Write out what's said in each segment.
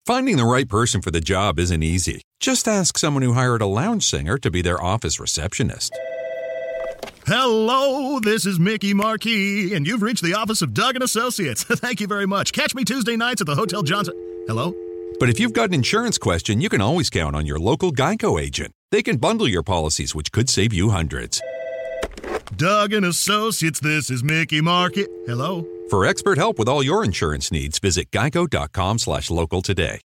Finding the right person for the job isn't easy. Just ask someone who hired a lounge singer to be their office receptionist. Hello, this is Mickey Marquis, and you've reached the office of Doug & Associates. Thank you very much. Catch me Tuesday nights at the Hotel Johnson. Hello? But if you've got an insurance question, you can always count on your local Geico agent. They can bundle your policies, which could save you hundreds. Doug & Associates, this is Mickey Marquis. Hello? For expert help with all your insurance needs, visit geico.com/local today.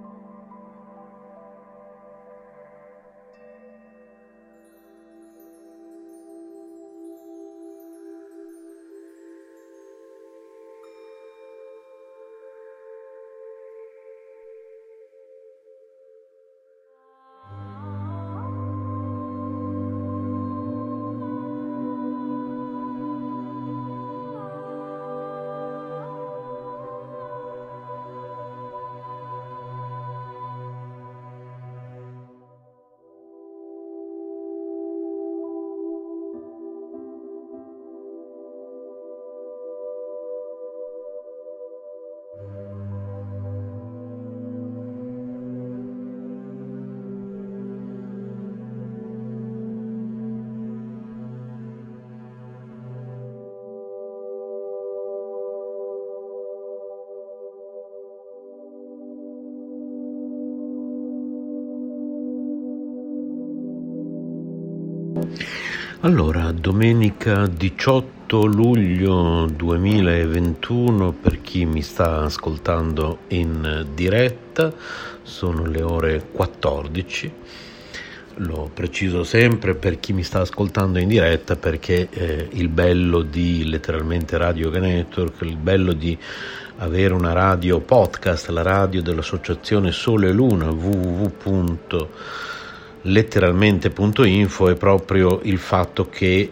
Allora, domenica 18 luglio 2021, per chi mi sta ascoltando in diretta, sono le ore 14. Lo preciso sempre per chi mi sta ascoltando in diretta perché il bello di letteralmente Radio Network, il bello di avere una radio podcast, la radio dell'associazione Sole e Luna, www.letteralmente.info, è proprio il fatto che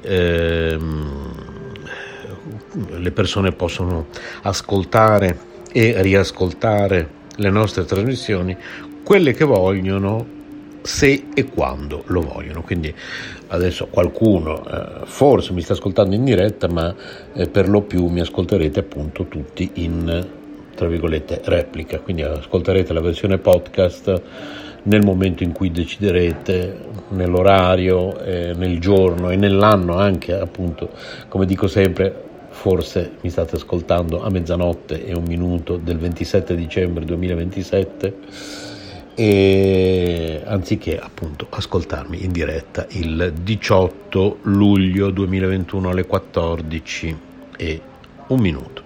le persone possono ascoltare e riascoltare le nostre trasmissioni, quelle che vogliono, se e quando lo vogliono. Quindi adesso qualcuno forse mi sta ascoltando in diretta, ma per lo più mi ascolterete appunto tutti in, tra virgolette, replica, quindi ascolterete la versione podcast nel momento in cui deciderete, nell'orario, nel giorno e nell'anno anche, appunto, come dico sempre, forse mi state ascoltando a 00:01 del 27 dicembre 2027 e anziché appunto ascoltarmi in diretta il 18 luglio 2021 alle 14:01.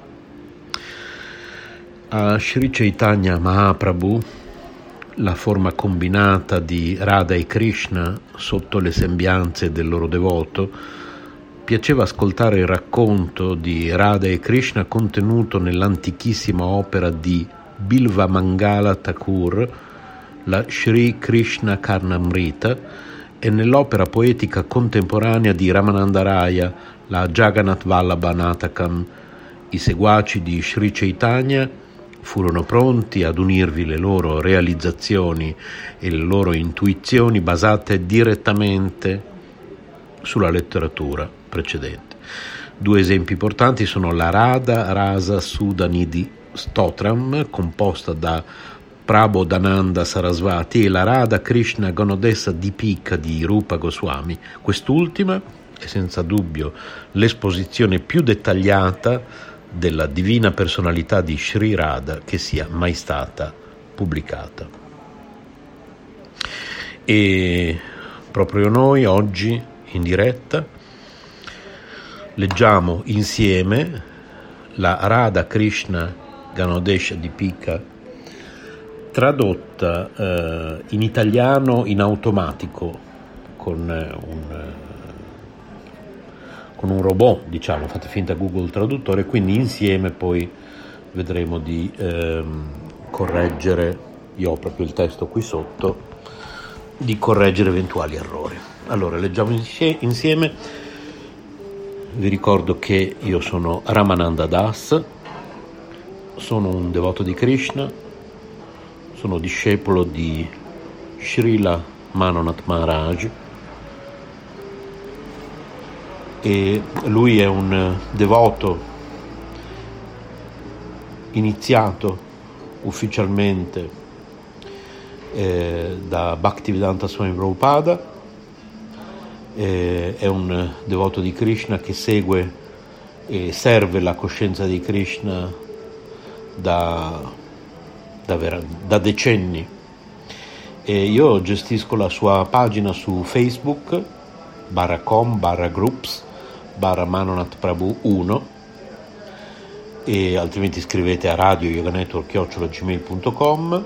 A Sri Chaitanya Mahaprabhu, la forma combinata di Radha e Krishna sotto le sembianze del loro devoto, piaceva ascoltare il racconto di Radha e Krishna contenuto nell'antichissima opera di Bilva Mangala Thakur, la Sri Krishna Karnamrita, e nell'opera poetica contemporanea di Ramananda Raya, la Jagannath Vallabha Natakam. I seguaci di Sri Chaitanya furono pronti ad unirvi le loro realizzazioni e le loro intuizioni basate direttamente sulla letteratura precedente. Due esempi importanti sono la Radha Rasa Sudhanidhi Stotram, composta da Prabodhananda Sarasvati, e la Radha Krishna Ganodessa Dipika di Rupa Goswami. Quest'ultima è senza dubbio l'esposizione più dettagliata della divina personalità di Sri Radha che sia mai stata pubblicata. E proprio noi oggi in diretta leggiamo insieme la Radha Krishna Ganodesha Dipika, tradotta in italiano in automatico con un robot, diciamo, fate finta Google Traduttore, quindi insieme poi vedremo di correggere, io ho proprio il testo qui sotto, di correggere eventuali errori. Allora, leggiamo insieme. Vi ricordo che io sono Ramananda Das, sono un devoto di Krishna, sono discepolo di Srila Manonath Maharaj, e lui è un devoto iniziato ufficialmente da Bhaktivedanta Swami Prabhupada. È un devoto di Krishna che segue e serve la coscienza di Krishna da decenni. E io gestisco la sua pagina su Facebook /com/groups /Manonath Prabhu 1, e altrimenti scrivete a radioyoganetwork@gmail.com.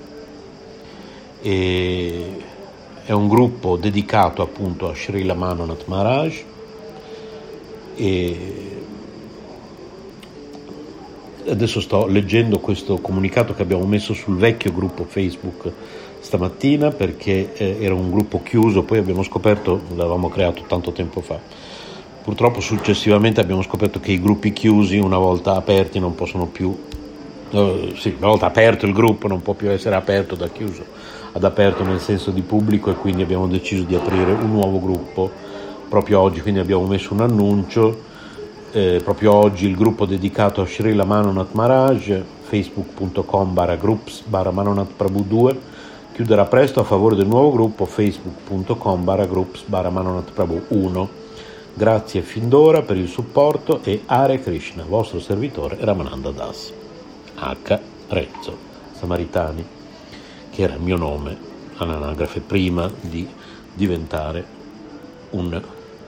E è un gruppo dedicato appunto a Srila Manonath Maharaj, e adesso sto leggendo questo comunicato che abbiamo messo sul vecchio gruppo Facebook stamattina, perché era un gruppo chiuso, poi abbiamo scoperto, l'avevamo creato tanto tempo fa, purtroppo successivamente abbiamo scoperto che i gruppi chiusi una volta aperti non possono più, una volta aperto il gruppo non può più essere aperto da chiuso ad aperto nel senso di pubblico, e quindi abbiamo deciso di aprire un nuovo gruppo proprio oggi. Quindi abbiamo messo un annuncio, proprio oggi il gruppo dedicato a Srila Manonath Maharaj, facebook.com/groups /Manonath Prabhu 2, chiuderà presto a favore del nuovo gruppo facebook.com/groups /Manonath Prabhu 1. Grazie fin d'ora per il supporto e Hare Krishna, vostro servitore Ramananda Das. H. Rezzo Samaritani, che era il mio nome all'anagrafe prima di diventare un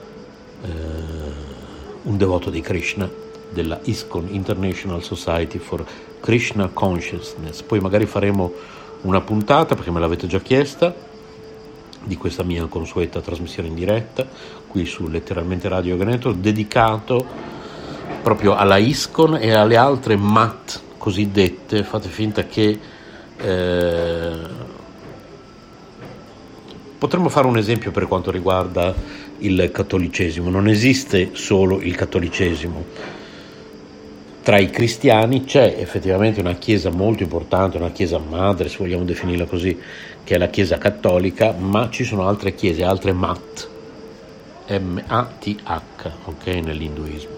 devoto di Krishna della ISKCON, International Society for Krishna Consciousness. Poi magari faremo una puntata, perché me l'avete già chiesta, di questa mia consueta trasmissione in diretta qui su letteralmente Radio Yoga Network, dedicato proprio alla ISKCON e alle altre MAT cosiddette. Fate finta che potremmo fare un esempio per quanto riguarda il cattolicesimo. Non esiste solo il cattolicesimo. Tra i cristiani c'è effettivamente una chiesa molto importante, una chiesa madre, se vogliamo definirla così, che è la chiesa cattolica, ma ci sono altre chiese, altre MAT, M-A-T-H, ok, nell'induismo.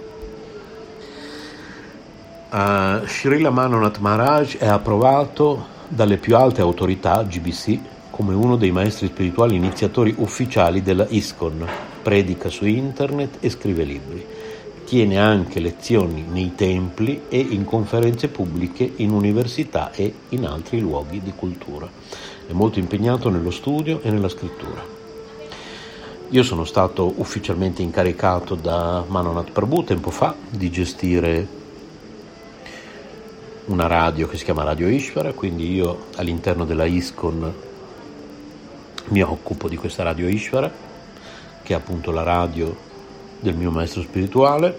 Srila Manonath Maharaj è approvato dalle più alte autorità GBC come uno dei maestri spirituali iniziatori ufficiali della ISKCON, predica su internet e scrive libri. Tiene anche lezioni nei templi e in conferenze pubbliche in università e in altri luoghi di cultura. È molto impegnato nello studio e nella scrittura. Io sono stato ufficialmente incaricato da Manonath Prabhu tempo fa di gestire una radio che si chiama Radio Ishvara, quindi io all'interno della ISKCON mi occupo di questa Radio Ishvara, che è appunto la radio del mio maestro spirituale,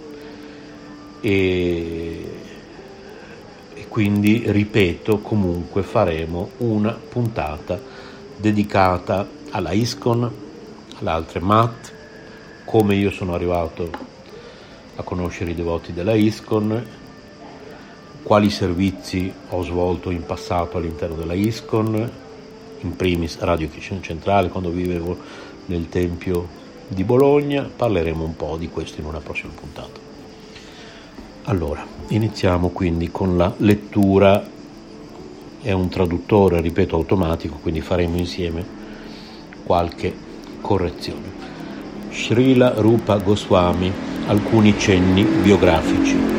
e quindi, ripeto, comunque faremo una puntata dedicata alla ISKCON, alle altre MAT, come io sono arrivato a conoscere i devoti della ISKCON, quali servizi ho svolto in passato all'interno della ISKCON, in primis Radio Krishna Centrale quando vivevo nel Tempio di Bologna. Parleremo un po' di questo in una prossima puntata. Allora, iniziamo quindi con la lettura. È un traduttore, ripeto, automatico, quindi faremo insieme qualche correzione. Srila Rupa Goswami, alcuni cenni biografici.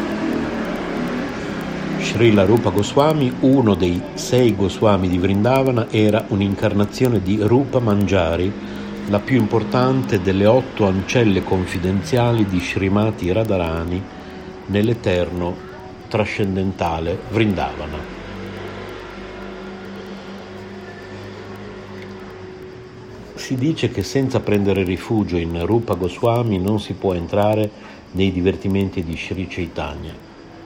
Srila Rupa Goswami, uno dei 6 Goswami di Vrindavana, era un'incarnazione di Rupa Manjari, la più importante delle 8 ancelle confidenziali di Srimati Radharani nell'eterno trascendentale Vrindavana. Si dice che senza prendere rifugio in Rupa Goswami non si può entrare nei divertimenti di Sri Chaitanya,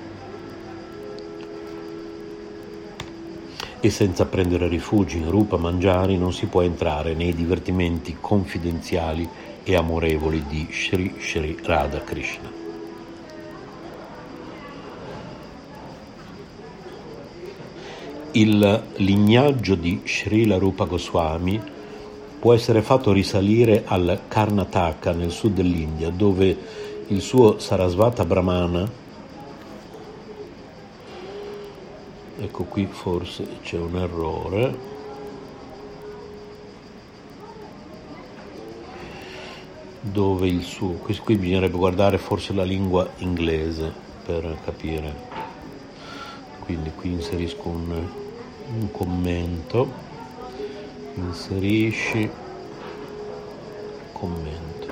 e senza prendere rifugio in Rupa Manjari non si può entrare nei divertimenti confidenziali e amorevoli di Sri Sri Radha Krishna. Il lignaggio di Srila Rupa Goswami può essere fatto risalire al Karnataka nel sud dell'India, dove il suo Sarasvata Brahmana, ecco qui forse c'è un errore, dove il suo... Qui bisognerebbe guardare forse la lingua inglese per capire. Quindi qui inserisco un commento. Inserisci commento.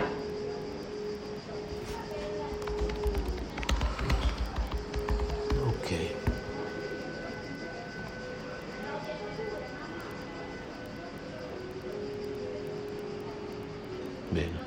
Ok. Bene.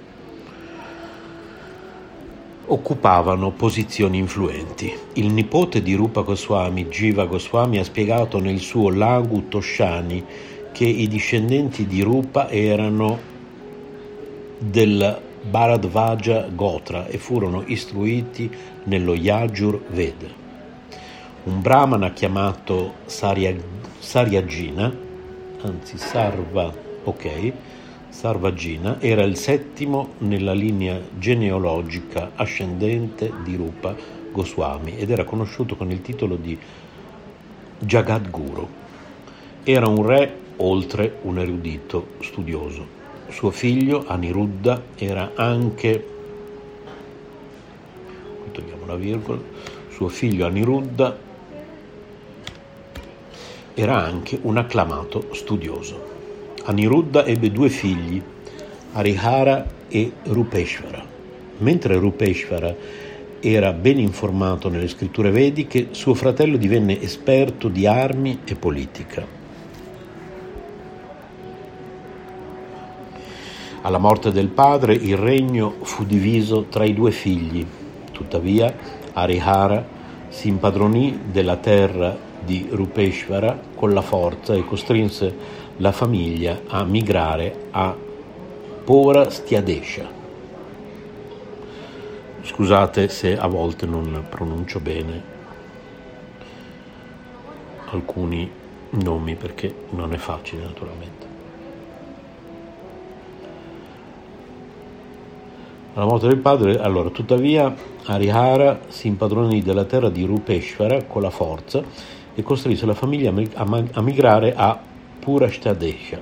Occupavano posizioni influenti. Il nipote di Rupa Goswami, Jiva Goswami, ha spiegato nel suo Laghu Toshani che i discendenti di Rupa erano del Bharadvaja Gotra e furono istruiti nello Yajur Veda. Un brahmana chiamato Sarvajina era il settimo nella linea genealogica ascendente di Rupa Goswami ed era conosciuto con il titolo di Jagadguru. Era un re oltre un erudito studioso. Suo figlio Aniruddha era anche, qui togliamo la virgola, suo figlio Aniruddha era anche un acclamato studioso. Aniruddha ebbe 2 figli, Harihara e Rupeshvara. Mentre Rupeshvara era ben informato nelle scritture vediche, suo fratello divenne esperto di armi e politica. Alla morte del padre il regno fu diviso tra i 2 figli. Tuttavia Harihara si impadronì della terra di Rupeshvara con la forza e costrinse la famiglia a migrare a Paurasthyadesha. Scusate se a volte non pronuncio bene alcuni nomi perché non è facile naturalmente. Alla morte del padre, allora, tuttavia Harihara si impadronì della terra di Rupeshvara con la forza e costrinse la famiglia a migrare a Paurasthyadesha,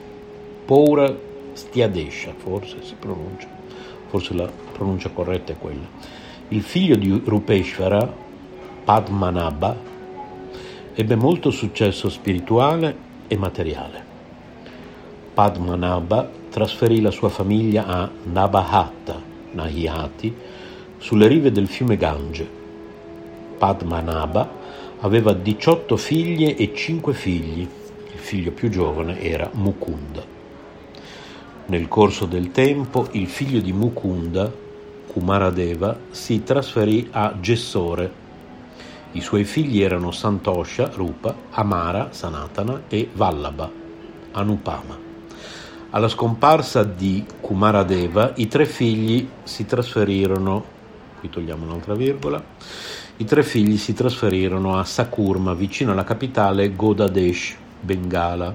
forse si pronuncia, forse la pronuncia corretta è quella. Il figlio di Rupeshvara, Padmanabha, ebbe molto successo spirituale e materiale. Padmanabha trasferì la sua famiglia a Nahiyati, sulle rive del fiume Gange. Padmanabha aveva 18 figlie e 5 figli. Il figlio più giovane era Mukunda. Nel corso del tempo il figlio di Mukunda, Kumaradeva, si trasferì a Gessore. I suoi figli erano Santosha, Rupa, Amara, Sanatana e Vallabha, Anupama. Alla scomparsa di Kumaradeva, i 3 figli si trasferirono, qui togliamo un'altra virgola, i 3 figli si trasferirono a Sakurma, vicino alla capitale Godadesh, Bengala,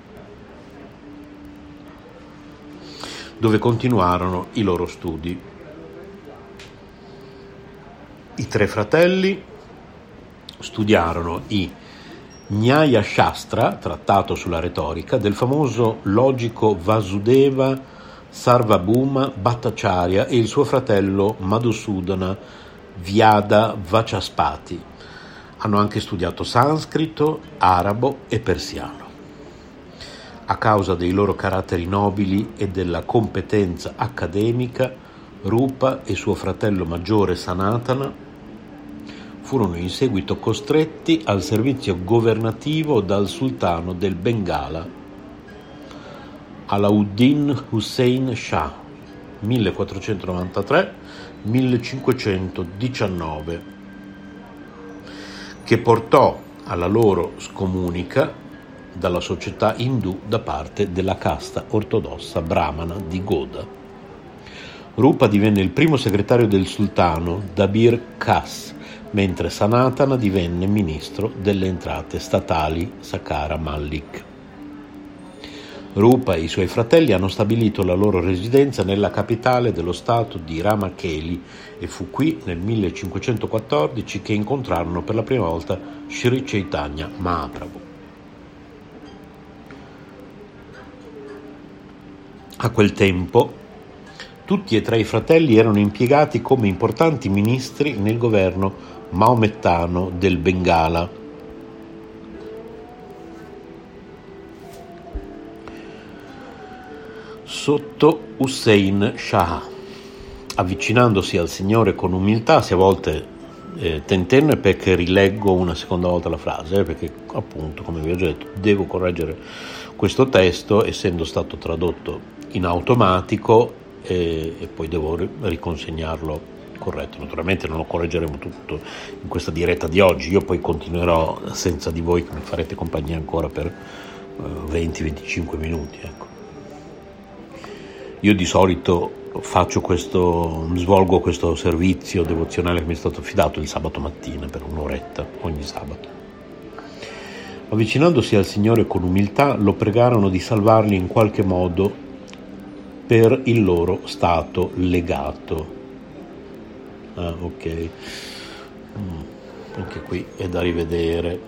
dove continuarono i loro studi. I 3 fratelli studiarono i Nyaya Shastra, trattato sulla retorica, del famoso logico Vasudeva Sarvabhauma Bhattacharya e il suo fratello Madhusudana Vyada Vachaspati. Hanno anche studiato sanscrito, arabo e persiano. A causa dei loro caratteri nobili e della competenza accademica, Rupa e suo fratello maggiore Sanatana furono in seguito costretti al servizio governativo dal sultano del Bengala, Alauddin Hussein Shah, 1493-1519, che portò alla loro scomunica dalla società indù da parte della casta ortodossa brahmana di Goda. Rupa divenne il primo segretario del sultano Dabir Khas, mentre Sanatana divenne ministro delle entrate statali Sakara Malik. Rupa e i suoi fratelli hanno stabilito la loro residenza nella capitale dello stato di Ramakeli e fu qui nel 1514 che incontrarono per la prima volta Sri Chaitanya Mahaprabhu. A quel tempo Tutti e tre i fratelli erano impiegati come importanti ministri nel governo maomettano del Bengala. Sotto Hussein Shah, avvicinandosi al Signore con umiltà, se a volte tentenne perché rileggo una seconda volta la frase, perché appunto, come vi ho già detto, devo correggere questo testo essendo stato tradotto in automatico e poi devo riconsegnarlo corretto. Naturalmente non lo correggeremo tutto in questa diretta di oggi, io poi continuerò senza di voi che mi farete compagnia ancora per 20-25 minuti, ecco. Io di solito svolgo questo servizio devozionale che mi è stato affidato il sabato mattina per un'oretta ogni sabato. Avvicinandosi al Signore con umiltà, lo pregarono di salvarli in qualche modo per il loro stato legato. Ok. Anche qui è da rivedere.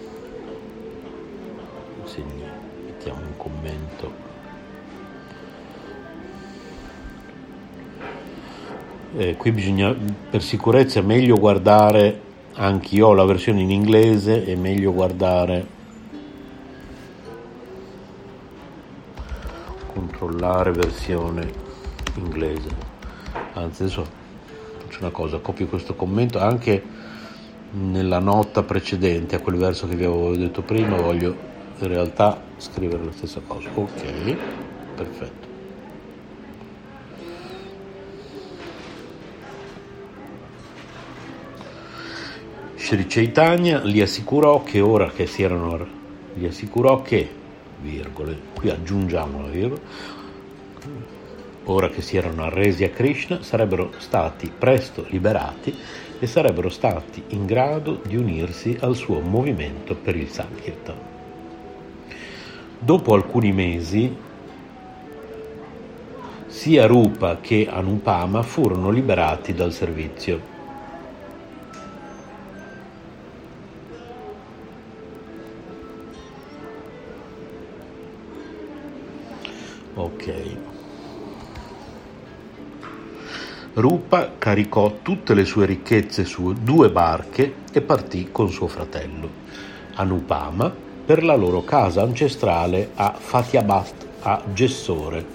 Mettiamo un commento. Qui bisogna, per sicurezza è meglio guardare, anch'io ho la versione in inglese, è meglio guardare, controllare versione inglese. Anzi, adesso faccio una cosa, copio questo commento anche nella nota precedente a quel verso che vi avevo detto prima, voglio in realtà scrivere la stessa cosa. Ok, perfetto. Sri Chaitanya li assicurò che virgole, qui aggiungiamo una virgola, ora che si erano arresi a Krishna sarebbero stati presto liberati e sarebbero stati in grado di unirsi al suo movimento per il Sankirtan. Dopo alcuni mesi sia Rupa che Anupama furono liberati dal servizio. Ok. Rupa caricò tutte le sue ricchezze su 2 barche e partì con suo fratello Anupama per la loro casa ancestrale a Fatyabat a Gessore.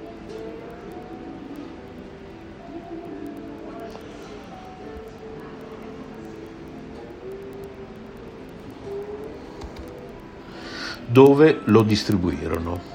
Dove lo distribuirono.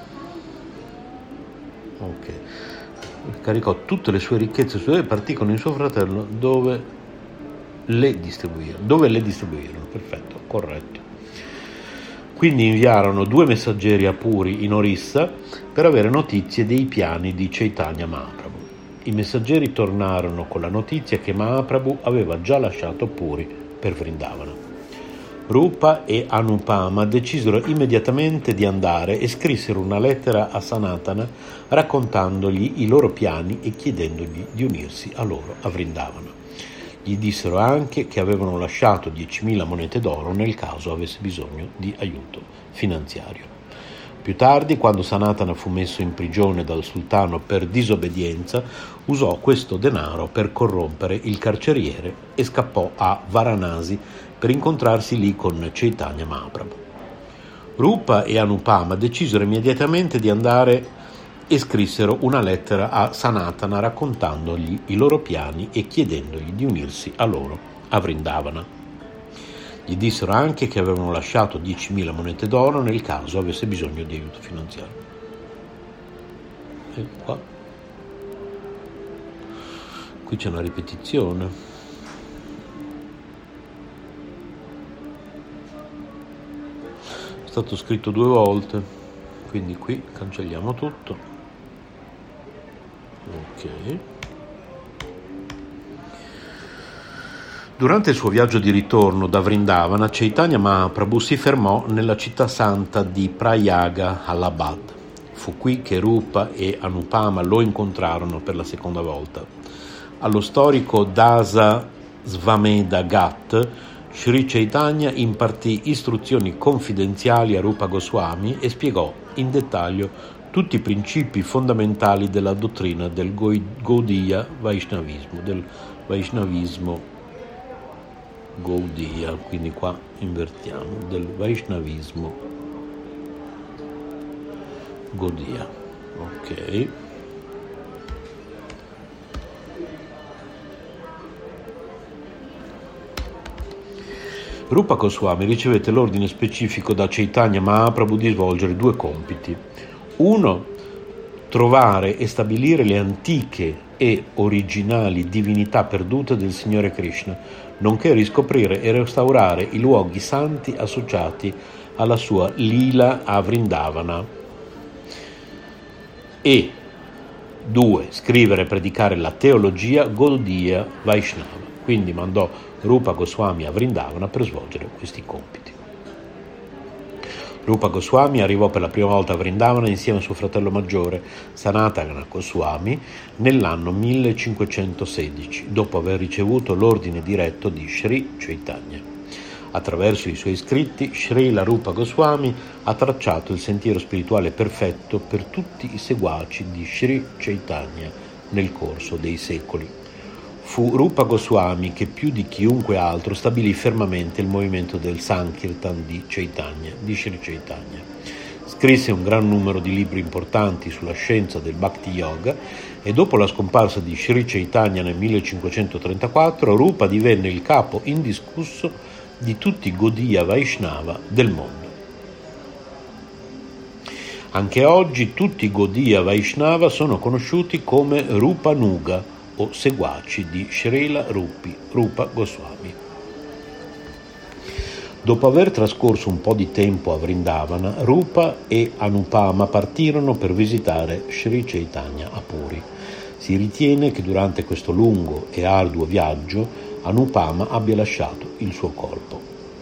Ok. Caricò tutte le sue ricchezze su 2 partì con il suo fratello dove le distribuirono. Perfetto, corretto. Quindi inviarono 2 messaggeri a Puri in Orissa per avere notizie dei piani di Chaitanya Mahaprabhu. I messaggeri tornarono con la notizia che Mahaprabhu aveva già lasciato Puri per Vrindavana. Rupa e Anupama decisero immediatamente di andare e scrissero una lettera a Sanatana raccontandogli i loro piani e chiedendogli di unirsi a loro a Vrindavana. Gli dissero anche che avevano lasciato 10.000 monete d'oro nel caso avesse bisogno di aiuto finanziario. Più tardi, quando Sanatana fu messo in prigione dal sultano per disobbedienza, usò questo denaro per corrompere il carceriere e scappò a Varanasi per incontrarsi lì con Chaitanya Mahaprabhu. Rupa e Anupama decisero immediatamente di andare e scrissero una lettera a Sanatana raccontandogli i loro piani e chiedendogli di unirsi a loro a Vrindavana. Gli dissero anche che avevano lasciato 10.000 monete d'oro nel caso avesse bisogno di aiuto finanziario. E qua. Qui c'è una ripetizione. È stato scritto 2 volte, quindi qui cancelliamo tutto. Ok. Durante il suo viaggio di ritorno da Vrindavana, Chaitanya Mahaprabhu si fermò nella città santa di Prayaga Allahabad. Fu qui che Rupa e Anupama lo incontrarono per la seconda volta. Allo storico Dasa Svameda Ghat, Sri Chaitanya impartì istruzioni confidenziali a Rupa Goswami e spiegò in dettaglio tutti i principi fondamentali della dottrina del Gaudiya Vaishnavismo, del Vaishnavismo Gaudiya, quindi qua invertiamo, del Vaishnavismo Gaudiya, ok. Rupa Goswami ricevette l'ordine specifico da Chaitanya Mahaprabhu di svolgere 2 compiti. 1. Trovare e stabilire le antiche e originali divinità perdute del Signore Krishna, nonché riscoprire e restaurare i luoghi santi associati alla sua Lila a Vrindavana. E 2. Scrivere e predicare la teologia Gaudiya Vaishnava. Quindi mandò Rupa Goswami a Vrindavana per svolgere questi compiti. Rupa Goswami arrivò per la prima volta a Vrindavana insieme a suo fratello maggiore Sanatana Goswami nell'anno 1516, dopo aver ricevuto l'ordine diretto di Sri Chaitanya. Attraverso i suoi scritti, Srila Rupa Goswami ha tracciato il sentiero spirituale perfetto per tutti i seguaci di Sri Chaitanya nel corso dei secoli. Fu Rupa Goswami che più di chiunque altro stabilì fermamente il movimento del Sankirtan di Chaitanya, di Sri Chaitanya. Scrisse un gran numero di libri importanti sulla scienza del Bhakti Yoga e dopo la scomparsa di Sri Chaitanya nel 1534, Rupa divenne il capo indiscusso di tutti i Gaudiya Vaishnava del mondo. Anche oggi tutti i Gaudiya Vaishnava sono conosciuti come Rupanuga, o seguaci di Srila Rupa Goswami. Dopo aver trascorso un po' di tempo a Vrindavana, Rupa e Anupama partirono per visitare Sri Chaitanya a Puri. Si ritiene che durante questo lungo e arduo viaggio Anupama abbia lasciato il suo corpo.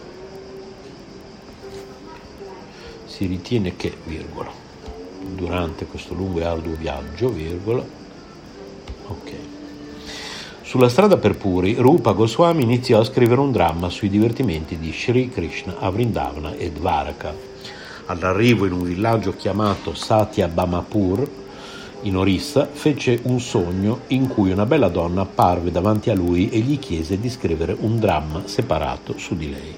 Si ritiene che, durante questo lungo e arduo viaggio, ok. Sulla strada per Puri, Rupa Goswami iniziò a scrivere un dramma sui divertimenti di Sri Krishna a Vrindavana e Dvaraka. All'arrivo in un villaggio chiamato Satyabhamapur, in Orissa, fece un sogno in cui una bella donna apparve davanti a lui e gli chiese di scrivere un dramma separato su di lei.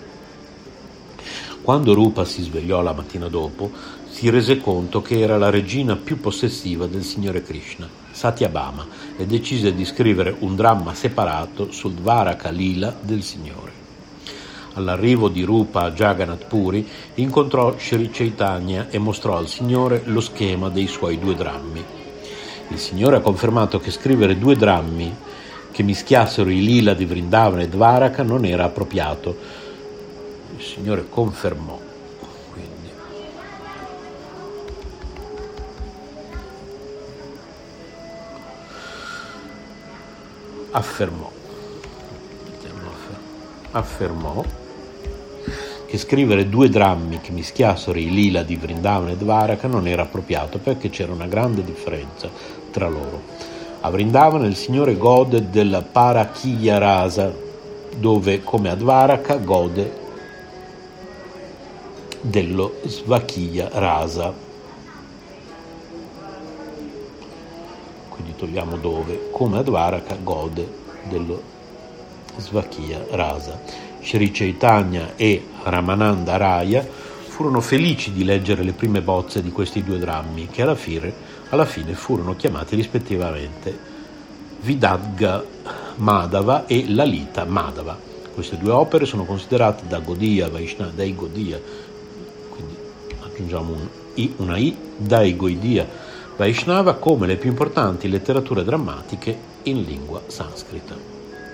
Quando Rupa si svegliò la mattina dopo, si rese conto che era la regina più possessiva del Signore Krishna, Satyabhama, e decise di scrivere un dramma separato sul Dvaraka Lila del Signore. All'arrivo di Rupa a Jagannath Puri incontrò Sri Chaitanya e mostrò al Signore lo schema dei suoi 2 drammi. Il Signore ha confermato che scrivere 2 drammi che mischiassero i Lila di Vrindavana e Dvaraka non era appropriato. Il Signore confermò. Affermò che scrivere 2 drammi che mischiassero i Lila di Vrindavana e Dvaraka non era appropriato perché c'era una grande differenza tra loro. A Vrindavana il Signore gode della Parakiya Rasa, dove come a Dvaraka gode dello Svakiya Rasa. Quindi togliamo dove, come a Dvaraka gode dello Svakiya Rasa. Sri Chaitanya e Ramananda Raya furono felici di leggere le prime bozze di questi 2 drammi, che alla fine furono chiamati rispettivamente Vidagga Madhava e Lalita Madhava. Queste 2 opere sono considerate dai Gaudiya, quindi aggiungiamo una I, dai Gaudiya Vaishnava come le più importanti letterature drammatiche in lingua sanscrita.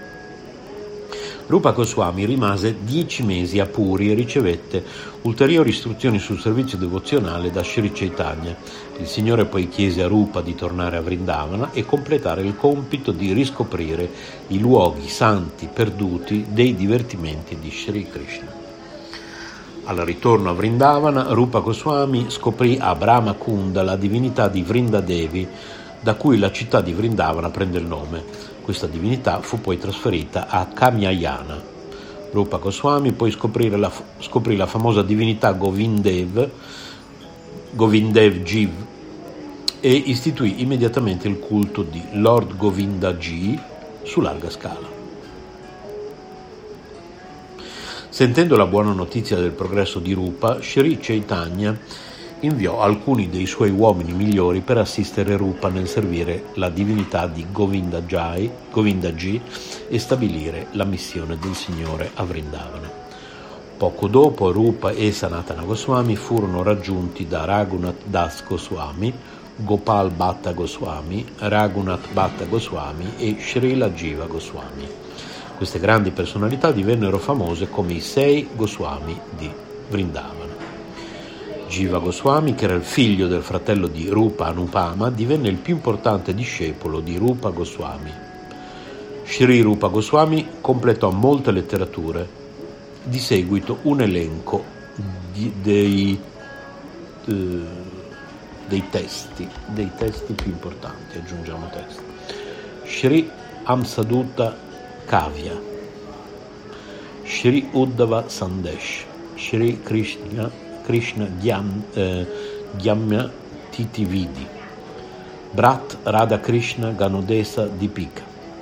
Rupa Goswami rimase 10 mesi a Puri e ricevette ulteriori istruzioni sul servizio devozionale da Sri Chaitanya. Il Signore poi chiese a Rupa di tornare a Vrindavana e completare il compito di riscoprire i luoghi santi perduti dei divertimenti di Sri Krishna. Al ritorno a Vrindavana, Rupa Goswami scoprì a Brahmakunda la divinità di Vrindadevi, da cui la città di Vrindavana prende il nome. Questa divinità fu poi trasferita a Kamyayana. Rupa Goswami poi scoprì la famosa divinità Govindev Govindev Jiv e istituì immediatamente il culto di Lord Govinda Ji su larga scala. Sentendo la buona notizia del progresso di Rupa, Sri Chaitanya inviò alcuni dei suoi uomini migliori per assistere Rupa nel servire la divinità di Govinda Ji e stabilire la missione del Signore a Vrindavana. Poco dopo Rupa e Sanatana Goswami furono raggiunti da Raghunath Das Goswami, Gopal Bhatta Goswami, Raghunath Bhatta Goswami e Srila Jiva Goswami. Queste grandi personalità divennero famose come i 6 Goswami di Vrindavana. Jiva Goswami, che era il figlio del fratello di Rupa Anupama, divenne il più importante discepolo di Rupa Goswami. Sri Rupa Goswami completò molte letterature, di seguito un elenco dei testi più importanti, aggiungiamo testi. Sri Amsadutta Kavya, Sri Uddhava Sandesh, Sri Krishna Gyamya Titividi, Brat Radha Krishna Ganodesa Dipika,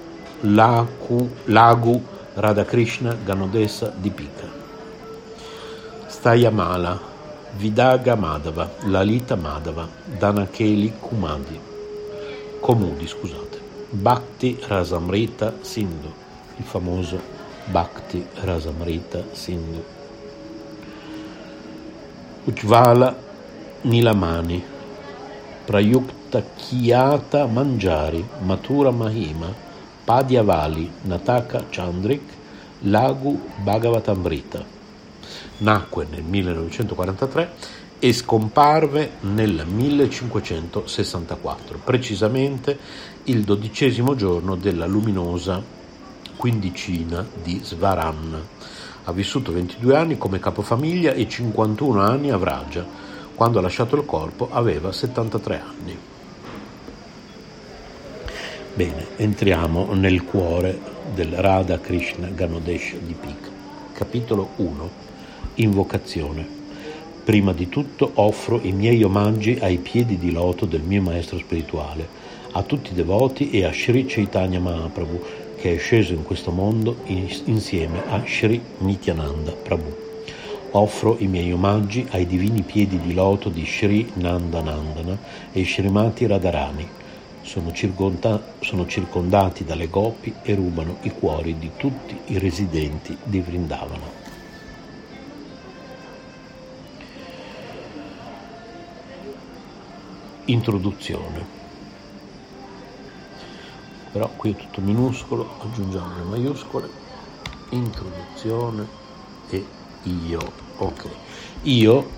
Lagu Radha Krishna Ganodesa Dipika, Stayamala, Vidaga Madhava, Lalita Madhava, Danakeli Komudi, Bhakti Rasamrita Sindhu, il famoso Bhakti Rasamrita Sindhu, Ujvala Nilamani, Prayukta Kiyata Manjari, Mathura Mahima, Padyavali, Nataka Chandrik, Lagu Bhagavatamrita. Nacque nel 1943 e scomparve nel 1564, precisamente il 12° giorno della luminosa quindicina di Svaran. Ha vissuto 22 anni come capofamiglia e 51 anni a Vraja. Quando ha lasciato il corpo aveva 73 anni. Bene, entriamo nel cuore del Radha Krishna Ganodesha Dipika. Capitolo 1. Invocazione. Prima di tutto offro i miei omaggi ai piedi di loto del mio maestro spirituale, a tutti i devoti e a Sri Chaitanya Mahaprabhu, che è sceso in questo mondo insieme a Sri Nityananda Prabhu. Offro i miei omaggi ai divini piedi di loto di Sri Nandanandana e Srimati Radharani. Sono circondati dalle gopi e rubano i cuori di tutti i residenti di Vrindavana. Introduzione. Però qui è tutto minuscolo, aggiungiamo le maiuscole, introduzione e io. Ok, io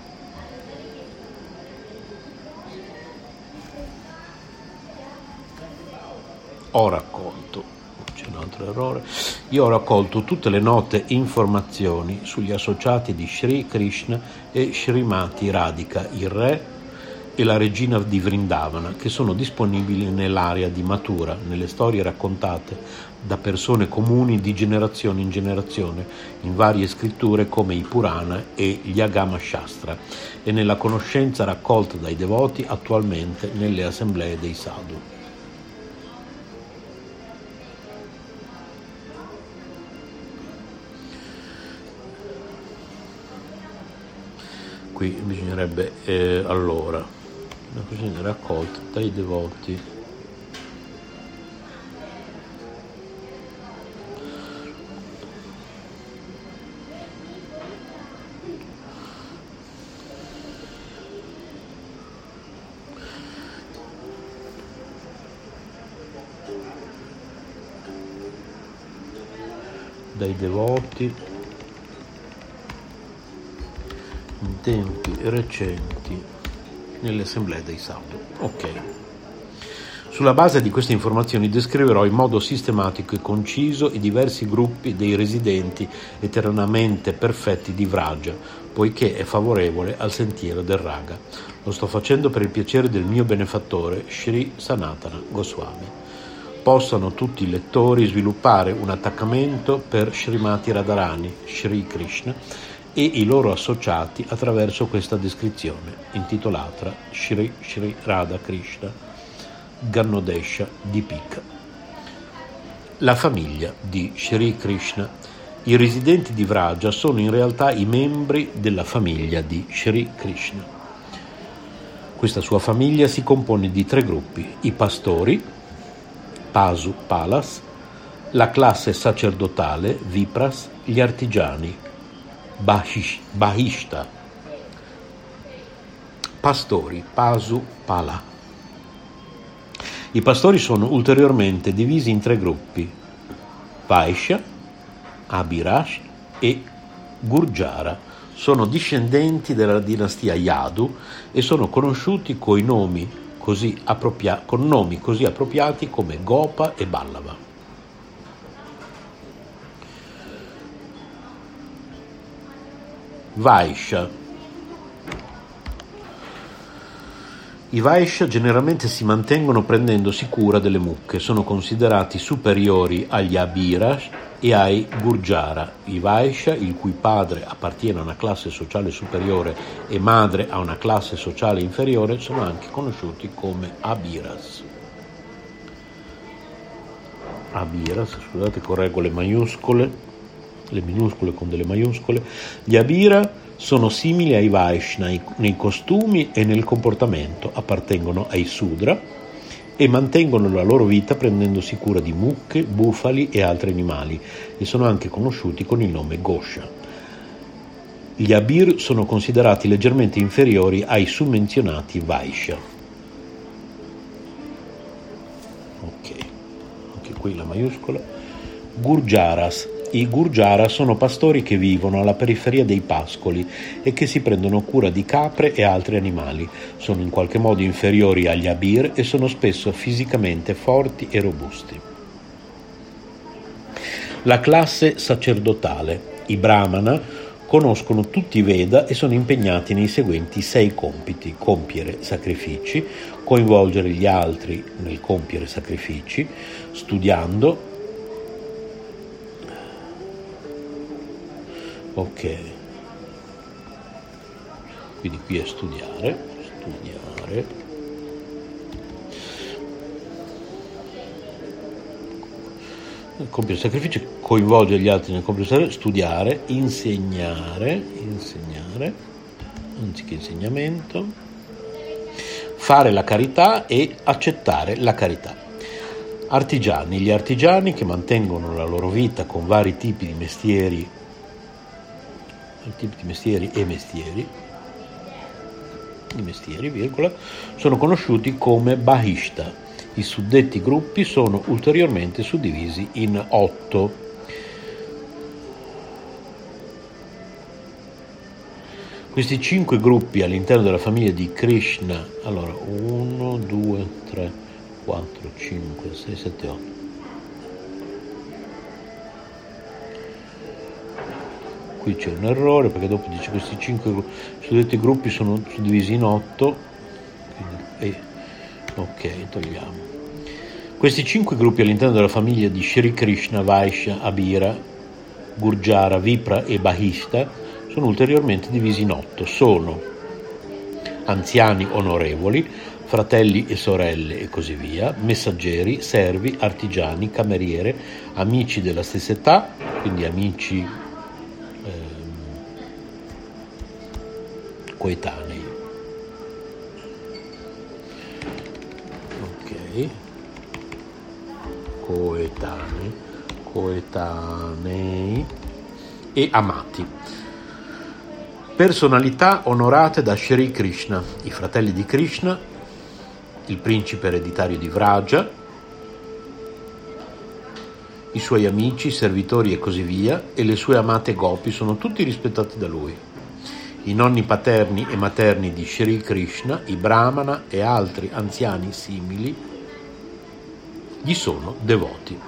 ho raccolto, c'è un altro errore, io ho raccolto tutte le note informazioni sugli associati di Sri Krishna e Srimati Radhika, il re e la regina di Vrindavana, che sono disponibili nell'area di Mathura, nelle storie raccontate da persone comuni di generazione in generazione, in varie scritture come i Purana e gli Agama Shastra, e nella conoscenza raccolta dai devoti attualmente nelle assemblee dei sadhu. Qui bisognerebbe allora la cucina raccolta dai devoti in tempi recenti nelle assemblee dei sadhu. Ok. Sulla base di queste informazioni descriverò in modo sistematico e conciso i diversi gruppi dei residenti eternamente perfetti di Vraja, poiché è favorevole al sentiero del Raga. Lo sto facendo per il piacere del mio benefattore, Sri Sanatana Goswami. Possano tutti i lettori sviluppare un attaccamento per Srimati Radharani, Sri Krishna, e i loro associati attraverso questa descrizione, intitolata Shri Shri Radha Krishna Gannodesha Dipika. La famiglia di Shri Krishna. I residenti di Vraja sono in realtà i membri della famiglia di Shri Krishna. Questa sua famiglia si compone di 3 gruppi: i pastori, Pasu Palas, la classe sacerdotale, Vipras, gli artigiani, Bahishta. Pastori, Pasu Pala. I pastori sono ulteriormente divisi in 3 gruppi: Vaishya, Abhirash e Gurjara. Sono discendenti della dinastia Yadu e sono conosciuti con nomi così appropriati come Gopa e Ballava. Vaishya. I Vaishya generalmente si mantengono prendendosi cura delle mucche, sono considerati superiori agli Abhirash e ai Gurjara. I Vaishya, il cui padre appartiene a una classe sociale superiore e madre a una classe sociale inferiore, sono anche conosciuti come Abhiras. Abhiras, scusate, correggo le minuscole con delle maiuscole. Gli Abhira sono simili ai Vaishya nei costumi e nel comportamento, appartengono ai Sudra e mantengono la loro vita prendendosi cura di mucche, bufali e altri animali e sono anche conosciuti con il nome Gosha. Gli Abhir sono considerati leggermente inferiori ai summenzionati Vaishya. Ok, anche qui la maiuscola. Gurjaras. I Gurjara sono pastori che vivono alla periferia dei pascoli e che si prendono cura di capre e altri animali. Sono in qualche modo inferiori agli Abhir e sono spesso fisicamente forti e robusti. La classe sacerdotale. I Brahmana conoscono tutti i Veda e sono impegnati nei seguenti 6 compiti: compiere sacrifici, coinvolgere gli altri nel compiere sacrifici, studiando. Ok, quindi qui è studiare, compiere sacrifici, coinvolgere gli altri nel compiere sacrifici, studiare, insegnare, anziché insegnamento, fare la carità e accettare la carità. Artigiani, gli artigiani che mantengono la loro vita con vari tipi di mestieri sono conosciuti come Bahishta. I suddetti gruppi sono ulteriormente suddivisi in 8. Questi 5 gruppi all'interno della famiglia di Krishna, allora 1, 2, 3, 4, 5, 6, 7, 8. Qui c'è un errore perché dopo dice questi 5 suddetti gruppi sono suddivisi in 8. Ok, togliamo. Questi 5 gruppi all'interno della famiglia di Shri Krishna, Vaishya, Abhira, Gurjara, Vipra e Bahishta sono ulteriormente divisi in 8. Sono anziani onorevoli, fratelli e sorelle e così via, messaggeri, servi, artigiani, cameriere, amici della stessa età, quindi amici coetanei. Ok, coetanei e amati. Personalità onorate da Shri Krishna, i fratelli di Krishna, il principe ereditario di Vraja, i suoi amici, servitori e così via, e le sue amate gopi sono tutti rispettati da lui. I nonni paterni e materni di Shri Krishna, i Brahmana e altri anziani simili gli sono devoti.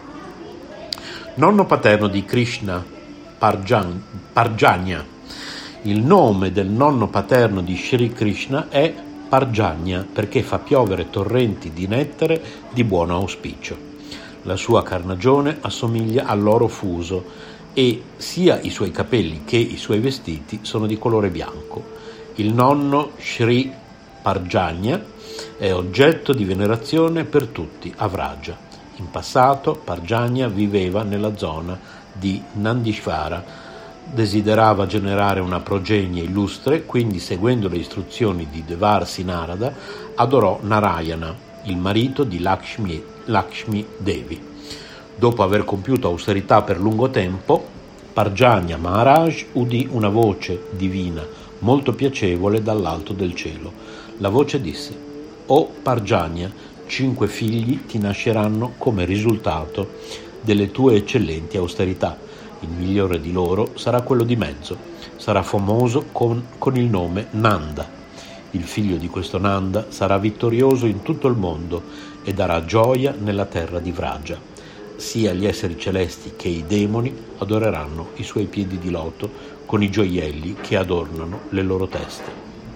Nonno paterno di Krishna, Parjanya. Il nome del nonno paterno di Shri Krishna è Parjanya perché fa piovere torrenti di nettare di buon auspicio. La sua carnagione assomiglia all'oro fuso e sia i suoi capelli che i suoi vestiti sono di colore bianco. Il nonno Sri Parjanya è oggetto di venerazione per tutti a Vraja. In passato Parjanya viveva nella zona di Nandishvara. Desiderava generare una progenie illustre, quindi seguendo le istruzioni di Devarsi Narada adorò Narayana, il marito di Lakshmi Devi. Dopo aver compiuto austerità per lungo tempo, Parjanya Maharaj udì una voce divina molto piacevole dall'alto del cielo. La voce disse: «O Parjanya, 5 figli ti nasceranno come risultato delle tue eccellenti austerità. Il migliore di loro sarà quello di mezzo, sarà famoso con il nome Nanda. Il figlio di questo Nanda sarà vittorioso in tutto il mondo e darà gioia nella terra di Vraja. Sia gli esseri celesti che i demoni adoreranno i suoi piedi di loto con i gioielli che adornano le loro teste».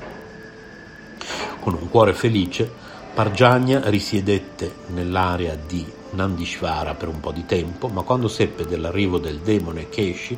Con un cuore felice, Parjanya risiedette nell'area di Nandishvara per un po' di tempo, ma quando seppe dell'arrivo del demone Keshi,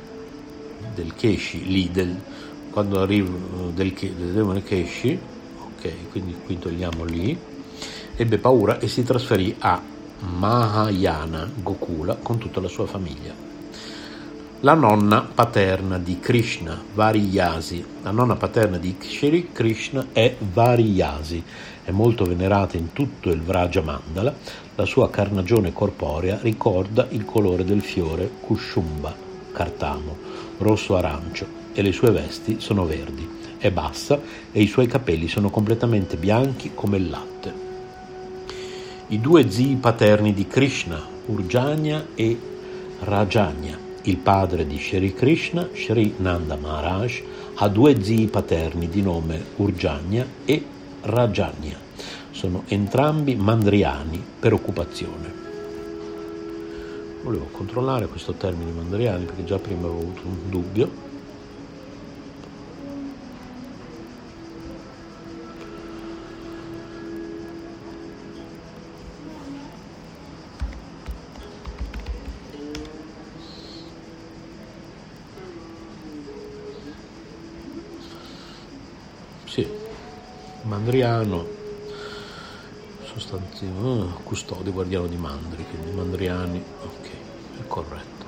quando arrivo del demone Keshi, ok, quindi qui togliamo lì, ebbe paura e si trasferì a Mahayana Gokula con tutta la sua famiglia. La nonna paterna di Krishna, Variyasi, la nonna paterna di Shri Krishna è Variyasi, è molto venerata in tutto il Vraja Mandala. La sua carnagione corporea ricorda il colore del fiore Kushumba, cartamo, rosso-arancio, e le sue vesti sono verdi. È bassa e i suoi capelli sono completamente bianchi come il latte. I 2 zii paterni di Krishna, Urjanya e Rajanya. Il padre di Shri Krishna, Shri Nanda Maharaj, ha 2 zii paterni di nome Urjanya e Rajanya. Sono entrambi mandriani per occupazione. Volevo controllare questo termine mandriani perché già prima avevo avuto un dubbio. Sì, mandriano, sostantivo, custode, guardiano di mandri, quindi mandriani, ok, è corretto.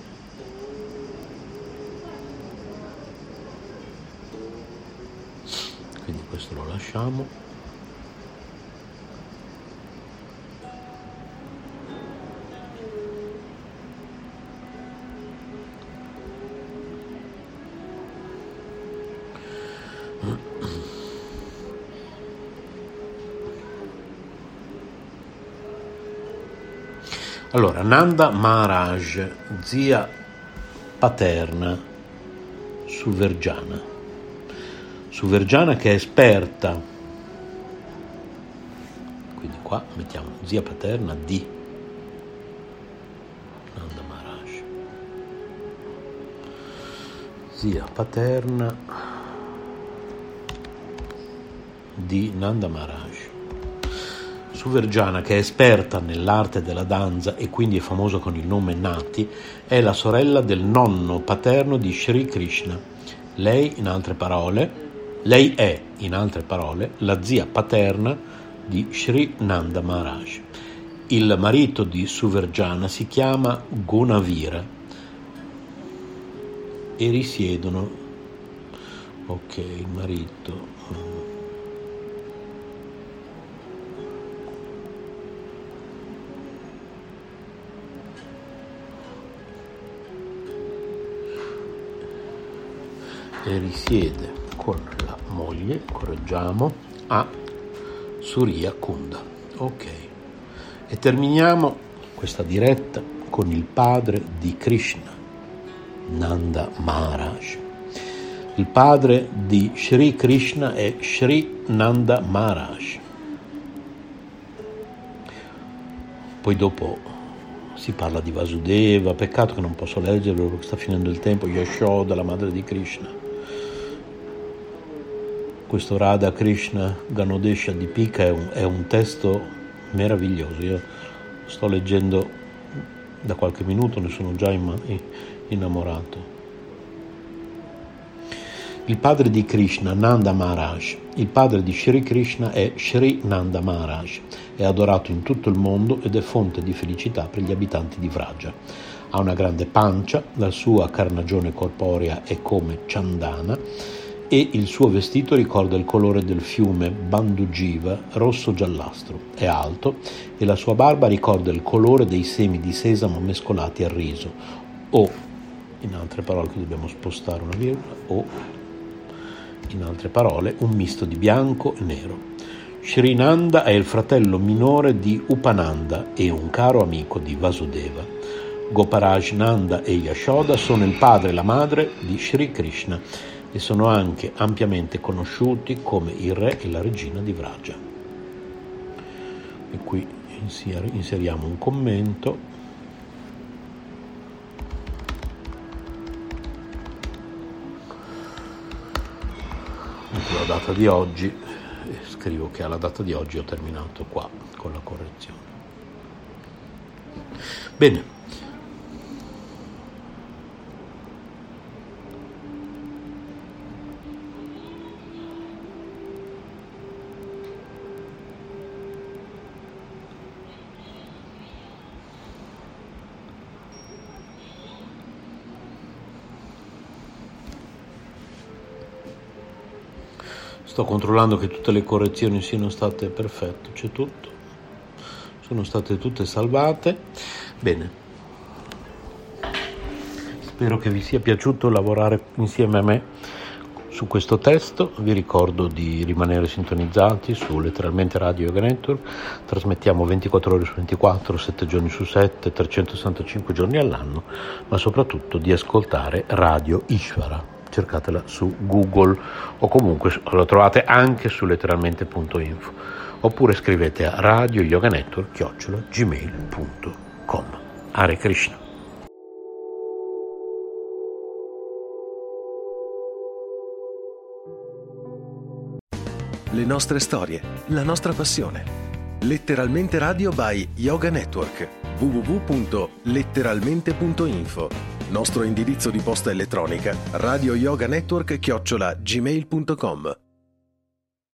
Quindi questo lo lasciamo. Allora, Nanda Maharaj, zia paterna Suvergiana che è esperta, quindi qua mettiamo zia paterna di Nanda Maharaj, zia paterna di Nanda Maharaj. Suvergiana, che è esperta nell'arte della danza e quindi è famosa con il nome Nati, è la sorella del nonno paterno di Shri Krishna. Lei è, in altre parole, la zia paterna di Shri Nanda Maharaj. Il marito di Suvergiana si chiama Gunavira e risiedono, ok, il marito, e risiede con la moglie, correggiamo, a Surya Kunda. Ok, e terminiamo questa diretta con il padre di Krishna, Nanda Maharaj. Il padre di Shri Krishna è Shri Nanda Maharaj. Poi dopo si parla di Vasudeva, peccato che non posso leggerlo perché sta finendo il tempo, Yashoda, la madre di Krishna. Questo Radha Krishna Ganodesha Dipika è un testo meraviglioso. Io sto leggendo da qualche minuto ne sono già innamorato. Il padre di Krishna, Nanda Maharaj. Il padre di Shri Krishna è Shri Nanda Maharaj. È adorato in tutto il mondo ed è fonte di felicità per gli abitanti di Vraja. Ha una grande pancia, la sua carnagione corporea è come Chandana e il suo vestito ricorda il colore del fiume Bandujiva rosso-giallastro. È alto e la sua barba ricorda il colore dei semi di sesamo mescolati al riso. O, in altre parole, qui dobbiamo spostare una virgola, o in altre parole, un misto di bianco e nero. Shri Nanda è il fratello minore di Upananda e un caro amico di Vasudeva. Goparaj Nanda e Yashoda sono il padre e la madre di Shri Krishna e sono anche ampiamente conosciuti come il re e la regina di Vraja. E qui inseriamo un commento. La data di oggi, scrivo che alla data di oggi ho terminato qua con la correzione. Bene. Sto controllando che tutte le correzioni siano state perfette, c'è tutto, sono state tutte salvate. Bene, spero che vi sia piaciuto lavorare insieme a me su questo testo. Vi ricordo di rimanere sintonizzati su Letteralmente Radio Yoga Network. Trasmettiamo 24 ore su 24, 7 giorni su 7, 365 giorni all'anno, ma soprattutto di ascoltare Radio Ishvara. Cercatela su Google o comunque la trovate anche su letteralmente.info, oppure scrivete a radioyoganetwork@gmail.com. Hare Krishna. Le nostre storie, la nostra passione. Letteralmente Radio by Yoga Network. www.letteralmente.info. Nostro indirizzo di posta elettronica radioyoganetwork@gmail.com.